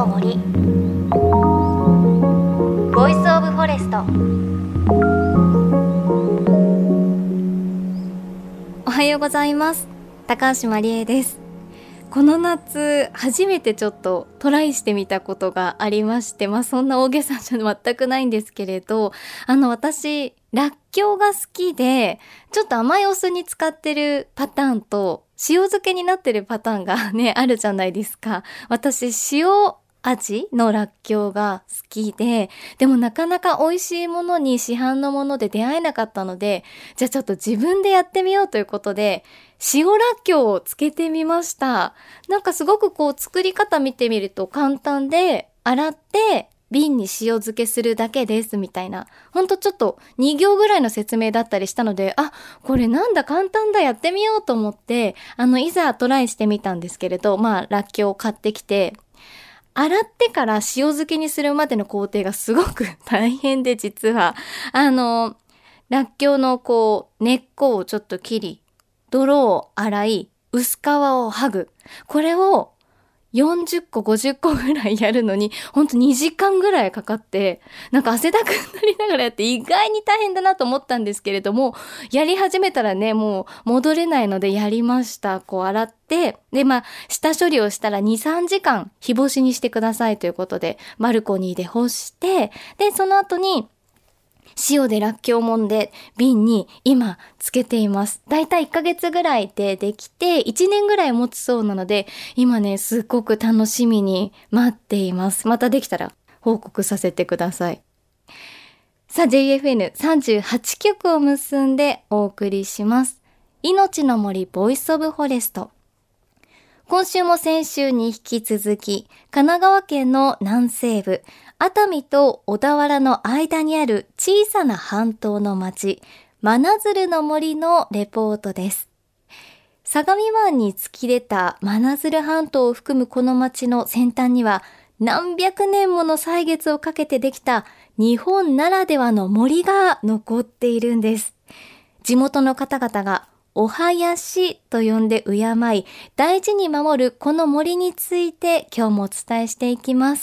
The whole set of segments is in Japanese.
の森ボイスオブフォレスト。おはようございます。高橋まりえです。この夏初めてちょっとトライしてみたことがありまして、そんな大げさじゃ全くないんですけれど、私らっきょうが好きで、ちょっと甘いお酢に使ってるパターンと塩漬けになってるパターンがねあるじゃないですか。私塩味のらっきょうが好きで、でもなかなか美味しいものに市販のもので出会えなかったので、じゃあちょっと自分でやってみようということで塩らっきょうをつけてみました。なんかすごく作り方見てみると簡単で、洗って瓶に塩漬けするだけですみたいな、ほんとちょっと2行ぐらいの説明だったりしたので、これなんだ簡単だ、やってみようと思っていざトライしてみたんですけれど、らっきょうを買ってきて洗ってから塩漬けにするまでの工程がすごく大変で、実はらっきょうの根っこをちょっと切り、泥を洗い、薄皮を剥ぐ、これを40個50個ぐらいやるのにほんと2時間ぐらいかかって、なんか汗だくになりながらやって、意外に大変だなと思ったんですけれども、やり始めたらねもう戻れないのでやりました。洗って、で下処理をしたら 2,3 時間日干しにしてくださいということでバルコニーで干して、でその後に塩でらっきょうもんで瓶に今つけています。だいたい1ヶ月ぐらいでできて1年ぐらい持つそうなので、今ねすっごく楽しみに待っています。またできたら報告させてください。さあ JFN38 局を結んでお送りします。命の森ボイスオブフォレスト。今週も先週に引き続き、神奈川県の南西部、熱海と小田原の間にある小さな半島の町、真鶴の森のレポートです。相模湾に突き出た真鶴半島を含むこの町の先端には、何百年もの歳月をかけてできた日本ならではの森が残っているんです。地元の方々がお囃子と呼んで敬い、大事に守るこの森について今日もお伝えしていきます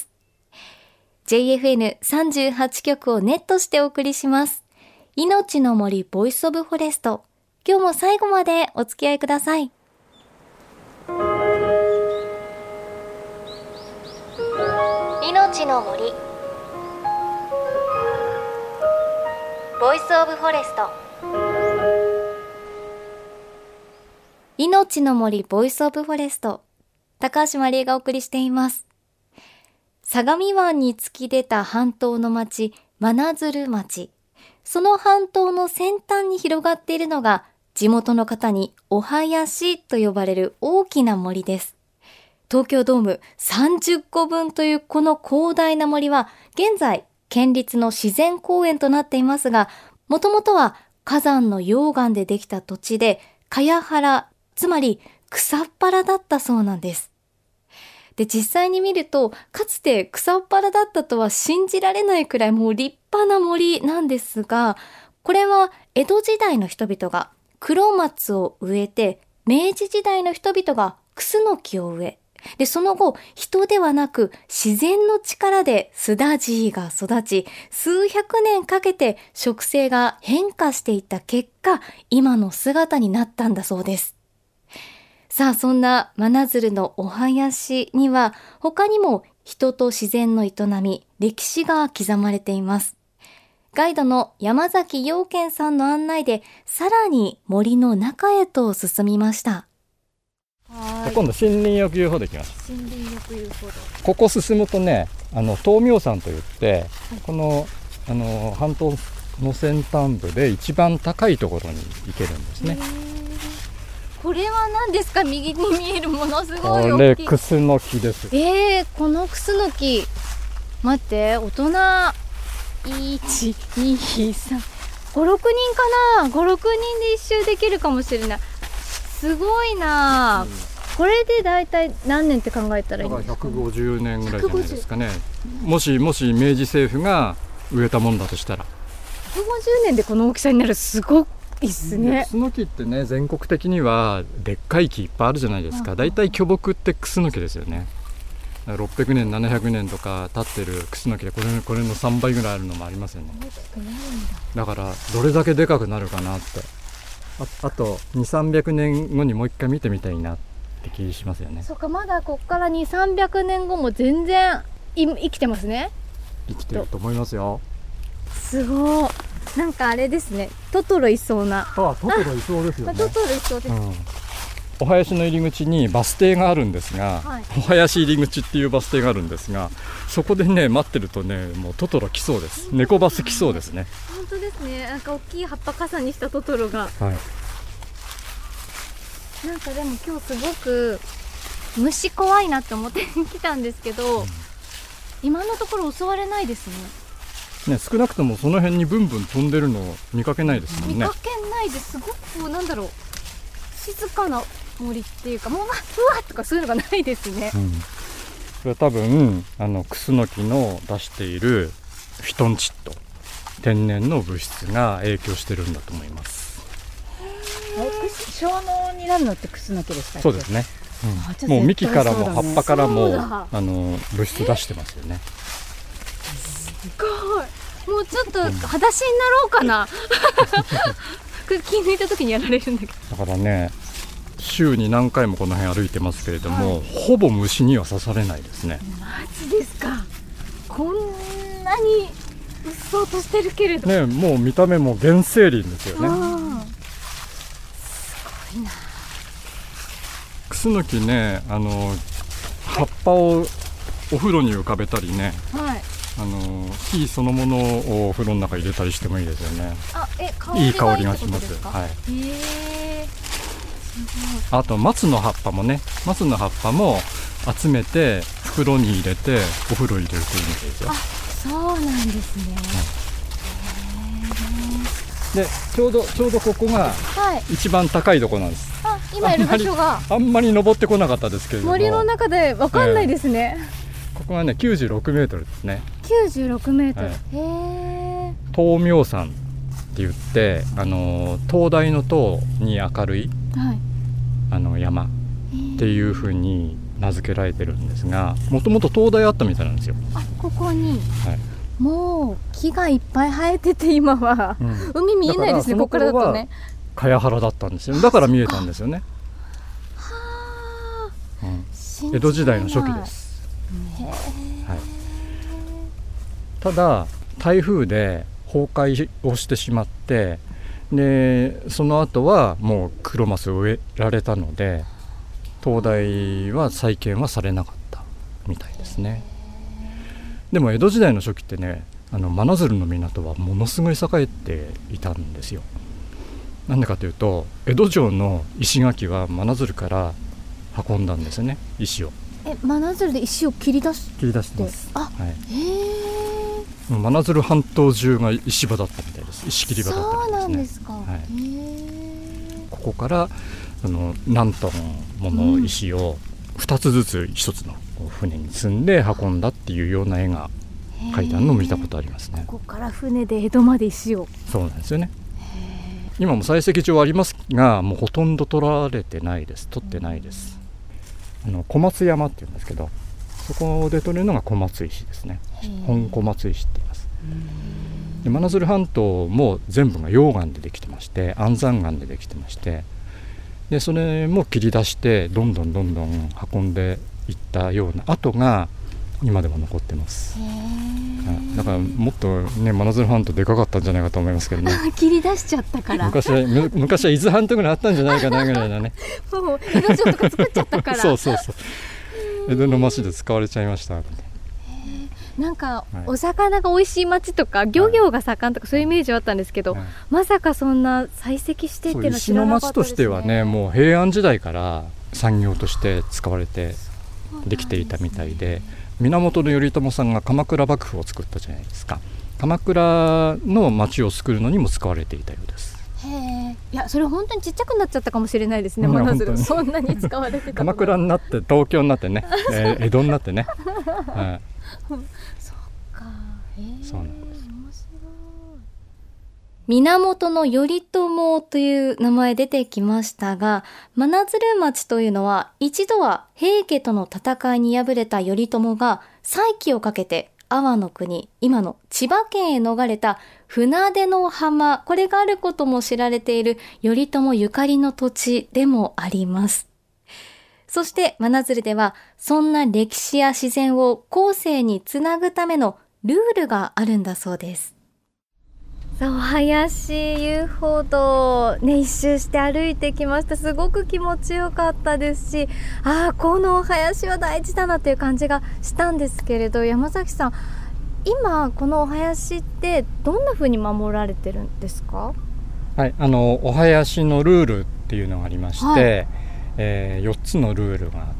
。JFN38 局をネットしてお送りします。命の森ボイスオブフォレスト。今日も最後までお付き合いください。命の森ボイスオブフォレスト。命の森ボイスオブフォレスト。高橋まりえがお送りしています。相模湾に突き出た半島の町、真鶴町。その半島の先端に広がっているのが、地元の方にお囃子と呼ばれる大きな森です。東京ドーム30個分というこの広大な森は、現在県立の自然公園となっていますが、もともとは火山の溶岩でできた土地で、茅原、つまり草っ原だったそうなんです。で、実際に見ると、かつて草っ原だったとは信じられないくらいもう立派な森なんですが、これは江戸時代の人々が黒松を植えて、明治時代の人々がクスノキを植え、で、その後、人ではなく自然の力でスダジイが育ち、数百年かけて植生が変化していった結果、今の姿になったんだそうです。さあ、そんな真鶴のお囃子には他にも人と自然の営み、歴史が刻まれています。ガイドの山崎陽健さんの案内でさらに森の中へと進みました。 今度森林浴遊歩道行きます。 森林浴遊歩道。 ここ進むとね、東明山といって、この半島の先端部で一番高いところに行けるんですね。 これは何ですか？右に見えるものすごい大きい。 これクスノキです。 このクスノキ、待って、大人1、2、3、5、6人かな。5、6人で一周できるかもしれない。すごいな、これでだいたい何年って考えたらいいんですか？ 150年ぐらいじゃないですかね。もし明治政府が植えたもんだとしたら 150年でこの大きさになる、すごいっすね。 クスノキってね、全国的にはでっかい木いっぱいあるじゃないですか。だいたい巨木ってクスノキですよね。 600年700年とか経ってるクスノキでこれの3倍ぐらいあるのもありますよね。だからどれだけでかくなるかなって、あと 2,300 年後にもう一回見てみたいなって気しますよね。 そうか、まだこっから 2,300 年後も全然生きてますね。 生きてると思いますよ。 すごい。なんかあれですね、トトロいそうな。 トトロいそうですよね。 トトロいそうです、 お囃子の入り口にバス停があるんですが、お囃子入り口っていうバス停があるんですが、そこでね待ってるとね、もうトトロ来そうです。猫バス来そうですね。 本当ですね。なんか大きい葉っぱ傘にしたトトロが、なんかでも今日すごく虫怖いなって思ってきたんですけど、今のところ襲われないですね。 少なくともその辺にブンブン飛んでるのを見かけないですもんね。 見かけないです。すごくなんだろう、静かな森っていうか、もううわとかそういうのがないですね。 これは多分クスノキの出しているフィトンチッド、天然の物質が影響してるんだと思います。 小脳になるのってクスノキですか？ そうですね、もう幹からも葉っぱからも物質出してますよね。 すごい。もうちょっと裸足になろうかな気抜いた時にやられるんだけど。 だからね、週に何回もこの辺歩いてますけれども、ほぼ虫には刺されないですね。 マジですか？こんなにうっそうとしてるけれどね、もう見た目も原生林ですよね。 すごいな。 クスノキね、葉っぱをお風呂に浮かべたりね、木そのものをお風呂の中入れたりしてもいいですよね。いい香りがします。あと松の葉っぱもね、松の葉っぱも集めて袋に入れてお風呂入れるといいみたいですよ。 そうなんですね。 でちょうどここが一番高いところなんです。 今いる場所があんまり登ってこなかったですけれども、 森の中で分かんないですね。 ここがね96メートルですね。 96メートル。 灯明山って言って灯台の塔に明るい、山っていう風に名付けられてるんですが、もともと灯台あったみたいなんですよ。 ここに、もう木がいっぱい生えてて、今は、海見えないですね。ここからだとね。 茅原だったんですよ。だから見えたんですよね。江戸時代の初期です。ただ台風で崩壊をしてしまって、でその後はもうクロマスを植えられたので、灯台は再建はされなかったみたいですね。でも江戸時代の初期ってね、真鶴の港はものすごい栄えていたんですよ。なんでかというと、江戸城の石垣は真鶴から運んだんですよね、石を。 真鶴で石を切り出してます。真鶴半島中が石場だったみたいです。石切り場だったみたいですね。そうなんですか。ここから何トンもの石を2つずつ1つの船に積んで運んだっていうような絵が描いてあるのを見たことありますね。 ここから船で江戸まで石を。 そうなんですよね。今も採石場ありますが、もうほとんど取られてないです。取ってないです。小松山っていうんですけど、そこで取れるのが小松石ですね。本小松石って言います。で真鶴半島も全部が溶岩でできてまして、安山岩でできてまして、でそれも切り出してどんどん運んでいったような跡が今でも残ってます。だからもっとね、真鶴半島でかかったんじゃないかと思いますけどね。 切り出しちゃったから。 昔は伊豆半島ぐらいあったんじゃないかなぐらいなね。 もう江戸城とか作っちゃったから。 そう江戸の町で使われちゃいました。 なんかお魚が美味しい町とか漁業が盛んとかそういうイメージはあったんですけど、まさかそんな採石してっていうのは知らなかったですね。石の町としてはね、もう平安時代から産業として使われてできていたみたいで、源頼朝さんが鎌倉幕府を作ったじゃないですか。鎌倉の町を作るのにも使われていたようです。 いや、それ本当にちっちゃくなっちゃったかもしれないですね。真鶴そんなに使われてた。 鎌倉になって東京になってね、江戸になってね。 そうか。 そうなんです。 面白い。 源頼朝という名前出てきましたが、真鶴町というのは一度は平家との戦いに敗れた頼朝が再起をかけて阿波の国、今の千葉県へ逃れた船出の浜、これがあることも知られている頼朝ゆかりの土地でもあります。そして真鶴ではそんな歴史や自然を後世につなぐためのルールがあるんだそうです。お囃子遊歩道ね、一周して歩いてきました。すごく気持ちよかったですし、このお囃子は大事だなという感じがしたんですけれど、山崎さん、今このお囃子ってどんな風に守られてるんですか？ はい、お囃子のルールっていうのがありまして、4つのルールがあって、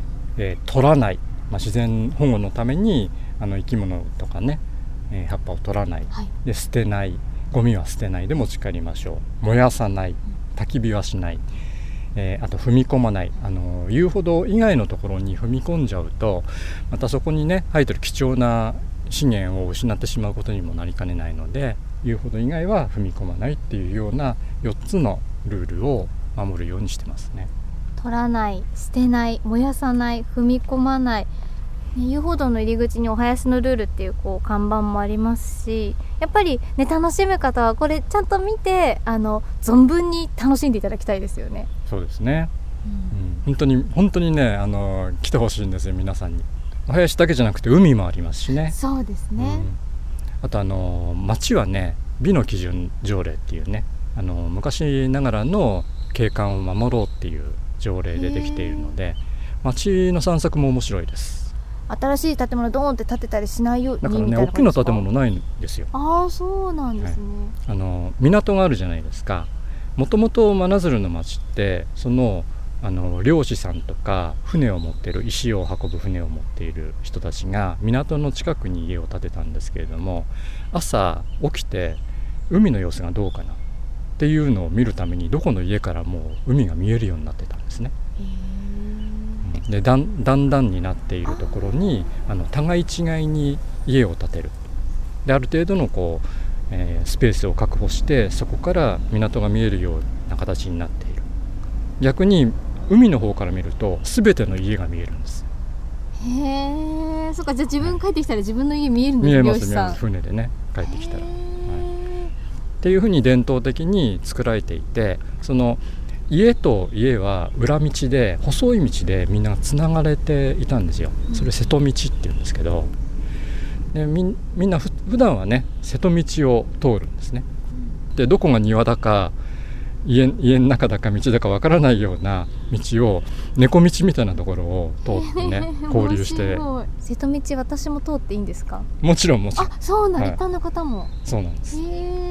取らない、自然保護のために生き物とかね、葉っぱを取らない、で捨てない、ゴミは捨てないで持ち帰りましょう、燃やさない、焚き火はしない、あと踏み込まない、遊歩道以外のところに踏み込んじゃうとまたそこにね生えてる貴重な資源を失ってしまうことにもなりかねないので、遊歩道以外は踏み込まないっていうような4つのルールを守るようにしてますね。 取らない、捨てない、燃やさない、踏み込まない、遊歩道の入り口にお囃子のルールっていう看板もありますし、やっぱりね、楽しむ方はこれちゃんと見て存分に楽しんでいただきたいですよね。 そうですね、本当にね来てほしいんですよ、皆さんに。お囃子だけじゃなくて海もありますしね。 そうですね、 あと町はね美の基準条例っていうね昔ながらの景観を守ろうっていう条例でできているので、町の散策も面白いです。 新しい建物ドーンって建てたりしないようにだからね、 みたいな大きな建物ないんですよ。 そうなんですね、 港があるじゃないですか。もともと真鶴の町ってその漁師さんとか船を持っている、石を運ぶ船を持っている人たちが港の近くに家を建てたんですけれども、朝起きて海の様子がどうかなっていうのを見るためにどこの家からも海が見えるようになってたんですね。で段々になっているところに互い違いに家を建てる。である程度のスペースを確保してそこから港が見えるような形になっている。逆に海の方から見ると全ての家が見えるんです。 そっか、じゃあ自分帰ってきたら自分の家見えるんですね。 見えます、船でね帰ってきたら、っていうふうに伝統的に作られていて、その家と家は裏道で細い道でみんなつながれていたんですよ。それ瀬戸道っていうんですけど、でみんな普段はね瀬戸道を通るんですね。でどこが庭だか家の中だか道だかわからないような道を猫道みたいなところを通ってね交流して。 瀬戸道私も通っていいんですか？ もちろんそうなん、一般の方も。 そうなんです。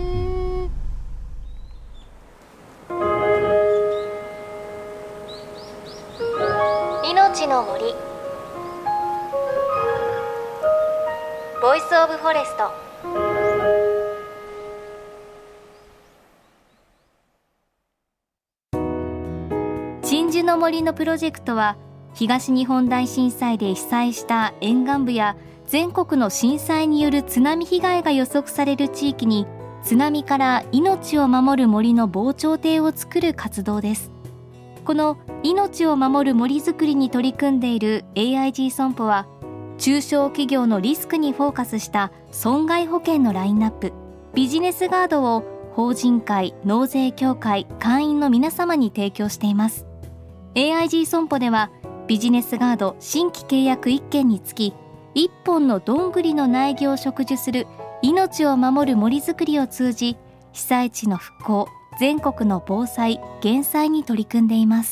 命の森ボイスオブフォレスト。鎮守の森のプロジェクトは東日本大震災で被災した沿岸部や全国の震災による津波被害が予測される地域に津波から命を守る森の防潮堤を作る活動です。この命を守る森づくりに取り組んでいる AIG 損保は中小企業のリスクにフォーカスした損害保険のラインナップビジネスガードを法人会、納税協会、会員の皆様に提供しています。 AIG 損保ではビジネスガード新規契約1件につき1本のどんぐりの苗木を植樹する命を守る森づくりを通じ被災地の復興、全国の防災・減災に取り組んでいます。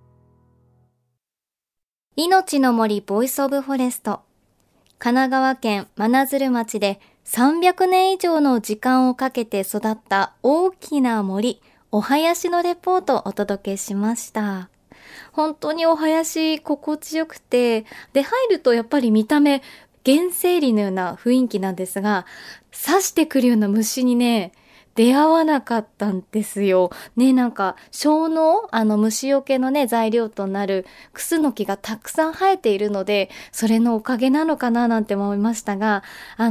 命の森ボイスオブフォレスト。神奈川県真鶴町で300年以上の時間をかけて育った大きな森、お囃子のレポートをお届けしました。本当にお囃子心地よくて、で入るとやっぱり見た目原生林のような雰囲気なんですが、刺してくるような虫にね出会わなかったんですよ。ね、なんか小の虫除けのね材料となるクスノキがたくさん生えているので、それのおかげなのかななんて思いましたが、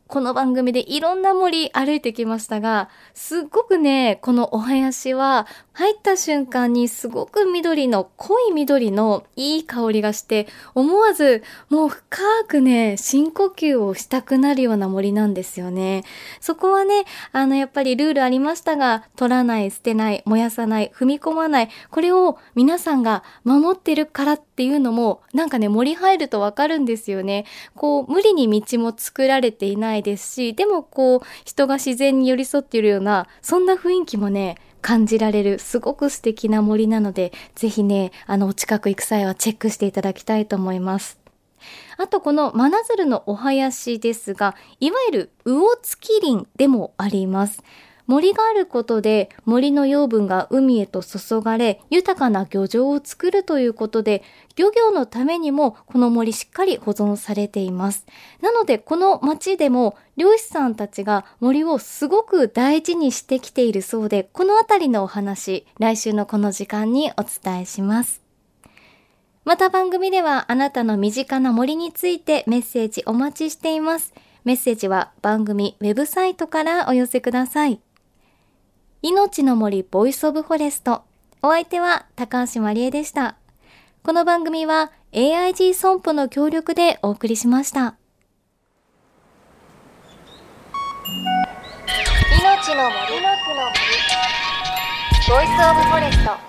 この番組でいろんな森歩いてきましたが、すっごくね、このお林は入った瞬間にすごく緑の、濃い緑のいい香りがして、思わずもう深くね、深呼吸をしたくなるような森なんですよね。そこはね、やっぱりルールありましたが、取らない、捨てない、燃やさない、踏み込まない、これを皆さんが守ってるからっていうのも、なんかね、森入るとわかるんですよね。こう、無理に道も作られていないですし、でもこう、人が自然に寄り添っているような、そんな雰囲気もね、感じられる、すごく素敵な森なので、ぜひね、お近く行く際はチェックしていただきたいと思います。あとこの真鶴のお林ですが、いわゆる魚付林でもあります。森があることで森の養分が海へと注がれ、豊かな漁場を作るということで、漁業のためにもこの森しっかり保存されています。なのでこの町でも漁師さんたちが森をすごく大事にしてきているそうで、このあたりのお話、来週のこの時間にお伝えします。また番組ではあなたの身近な森についてメッセージお待ちしています。メッセージは番組ウェブサイトからお寄せください。命の森ボイスオブフォレスト。お相手は高橋まりえでした。この番組は AIG 損保の協力でお送りしました。命の森ボイスオブフォレスト。